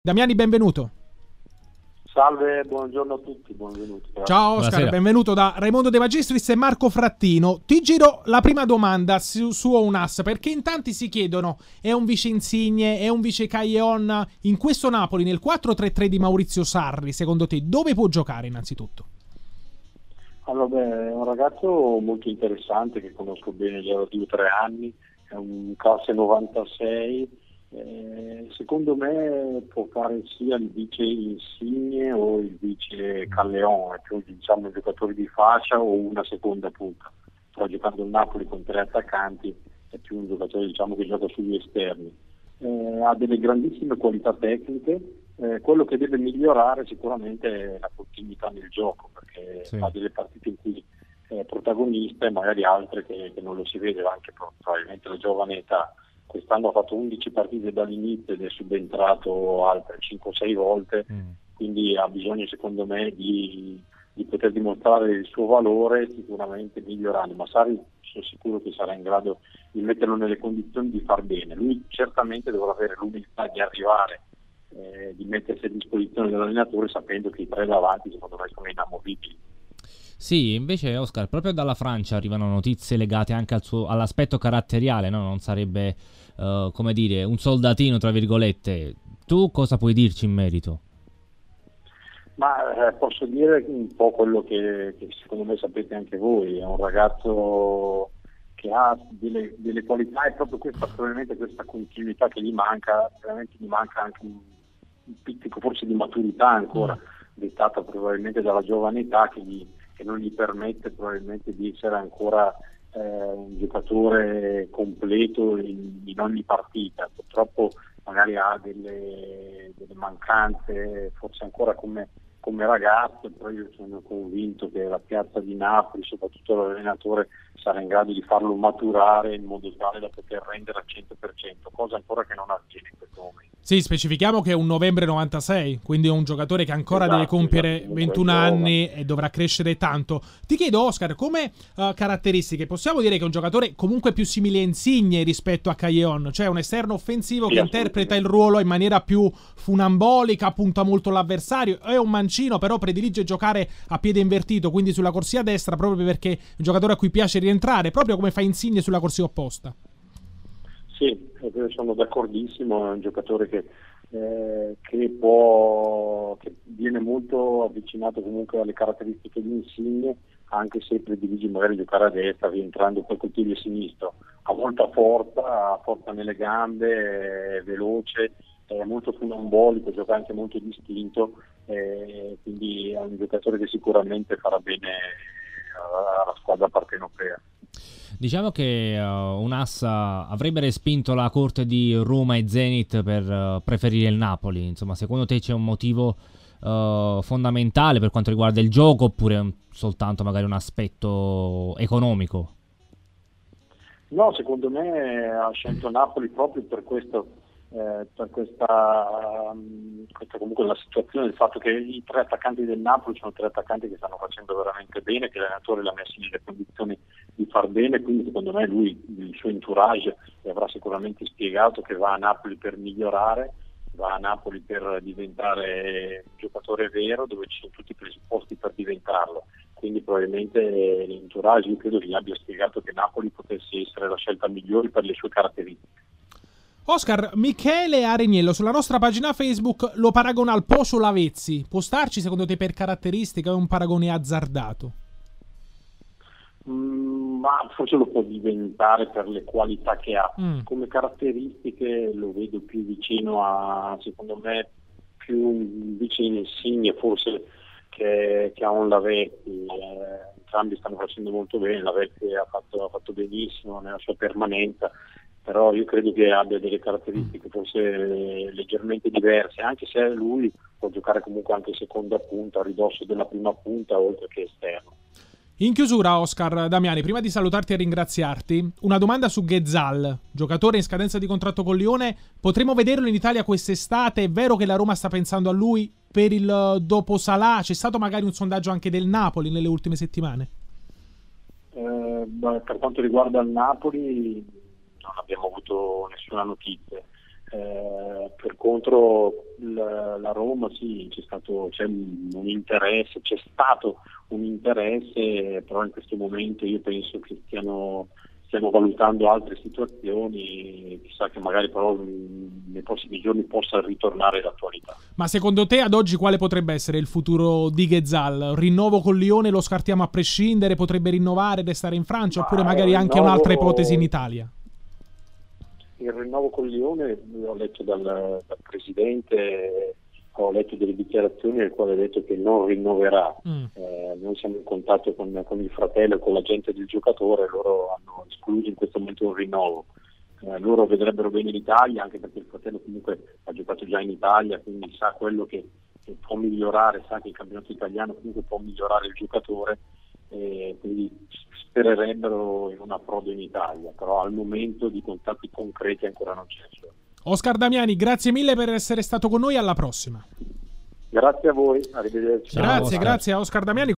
Damiani, benvenuto. Salve, buongiorno a tutti, benvenuti. Ciao Oscar, Buonasera. benvenuto da Raimondo De Magistris e Marco Frattino. Ti giro la prima domanda su UNAS, perché in tanti si chiedono: è un vice Insigne, è un vice Callejon in questo Napoli, nel 4-3-3 di Maurizio Sarri? Secondo te dove può giocare innanzitutto? Allora, è un ragazzo molto interessante che conosco bene già da 2 o 3 anni, è un classe 96. Secondo me può fare sia il vice Insigne o il vice Callejon, è più diciamo un giocatore di fascia o una seconda punta. Però giocando il Napoli con 3 attaccanti è più un giocatore diciamo che gioca sugli esterni. Ha delle grandissime qualità tecniche, quello che deve migliorare sicuramente è la continuità nel gioco, perché Sì. fa delle partite in cui è protagonista e magari altre che non lo si vede, anche probabilmente la giovane età. Quest'anno ha fatto 11 partite dall'inizio ed è subentrato altre 5-6 volte, quindi ha bisogno secondo me di poter dimostrare il suo valore, sicuramente migliorando, ma Sarri sono sicuro che sarà in grado di metterlo nelle condizioni di far bene. Lui certamente dovrà avere l'umiltà di arrivare, di mettersi a disposizione dell'allenatore sapendo che i 3 davanti secondo me sono inamovibili. Sì, invece Oscar, proprio dalla Francia arrivano notizie legate anche all'aspetto caratteriale, no? Non sarebbe, come dire, un soldatino, tra virgolette. Tu cosa puoi dirci in merito? Ma posso dire un po' quello che secondo me sapete anche voi, è un ragazzo che ha delle qualità e proprio probabilmente questa continuità che gli manca, veramente gli manca anche un pizzico forse di maturità ancora, dettata probabilmente dalla giovane età che non gli permette probabilmente di essere ancora un giocatore completo in ogni partita. Purtroppo magari ha delle mancanze, forse ancora come ragazzo, però io sono convinto che la piazza di Napoli, soprattutto l'allenatore, sarà in grado di farlo maturare in modo tale da poter rendere al 100%, cosa ancora che non avviene in questo momento. Sì, specifichiamo che è un novembre 96, quindi è un giocatore che ancora deve compiere 21 anni e dovrà crescere tanto. Ti chiedo, Oscar, come caratteristiche possiamo dire che è un giocatore comunque più simile a Insigne rispetto a Callejon, cioè un esterno offensivo che interpreta il ruolo in maniera più funambolica, punta molto l'avversario, è un mancino però predilige giocare a piede invertito, quindi sulla corsia destra, proprio perché è un giocatore a cui piace rientrare, proprio come fa Insigne sulla corsia opposta. Sì, sono d'accordissimo, è un giocatore che viene molto avvicinato comunque alle caratteristiche di Insigne, anche se predilige magari giocare a destra, rientrando poi col piede sinistro. Ha molta forza, ha forza nelle gambe, è veloce, è molto funambolico, gioca anche molto distinto, quindi è un giocatore che sicuramente farà bene alla squadra partenopea. Diciamo che UNAS avrebbe respinto la corte di Roma e Zenit per preferire il Napoli. Insomma, secondo te c'è un motivo fondamentale per quanto riguarda il gioco oppure soltanto magari un aspetto economico? No, secondo me ha scelto Napoli proprio per questo, questa comunque la situazione del fatto che i 3 attaccanti del Napoli sono 3 attaccanti che stanno facendo veramente bene, che l'allenatore l'ha messo nelle condizioni di far bene, quindi secondo me lui, il suo entourage, gli avrà sicuramente spiegato che va a Napoli per migliorare, va a Napoli per diventare un giocatore vero, dove ci sono tutti i presupposti per diventarlo. Quindi probabilmente l'entourage, io credo che gli abbia spiegato che Napoli potesse essere la scelta migliore per le sue caratteristiche. Oscar, Michele Areniello sulla nostra pagina Facebook lo paragona al Pocio Lavezzi. Può starci secondo te per caratteristiche o è un paragone azzardato? Ma forse lo può diventare per le qualità che ha. Come caratteristiche lo vedo più vicino a, secondo me, più vicino Insigne forse che a un Lavezzi. Entrambi stanno facendo molto bene, Lavezzi ha fatto benissimo nella sua permanenza, però io credo che abbia delle caratteristiche forse leggermente diverse, anche se lui può giocare comunque anche seconda punta, a ridosso della prima punta, oltre che esterno. In chiusura, Oscar Damiani, prima di salutarti e ringraziarti, una domanda su Ghezzal, giocatore in scadenza di contratto con Lione. Potremo vederlo in Italia quest'estate? È vero che la Roma sta pensando a lui per il dopo Salah? C'è stato magari un sondaggio anche del Napoli nelle ultime settimane? Per quanto riguarda il Napoli non abbiamo avuto nessuna notizia. Per contro la Roma sì, c'è un interesse, c'è stato un interesse, però in questo momento io penso che stiamo valutando altre situazioni, chissà che magari però nei prossimi giorni possa ritornare l'attualità. Ma secondo te ad oggi quale potrebbe essere il futuro di Ghezzal? Rinnovo con Lione, lo scartiamo a prescindere, potrebbe rinnovare, restare in Francia, oppure magari anche un'altra ipotesi in Italia? Il rinnovo con Lione, ho letto dal presidente, ho letto delle dichiarazioni nel quale ha detto che non rinnoverà. Noi siamo in contatto con il fratello e con l'agente del giocatore, loro hanno escluso in questo momento un rinnovo. Loro vedrebbero bene l'Italia, anche perché il fratello comunque ha giocato già in Italia, quindi sa quello che può migliorare, sa che il campionato italiano comunque può migliorare il giocatore, quindi spererebbero in un approdo in Italia, però al momento di contatti concreti ancora non c'è. Oscar Damiani, grazie mille per essere stato con noi, alla prossima. Grazie a voi, arrivederci. Grazie a Oscar Damiani.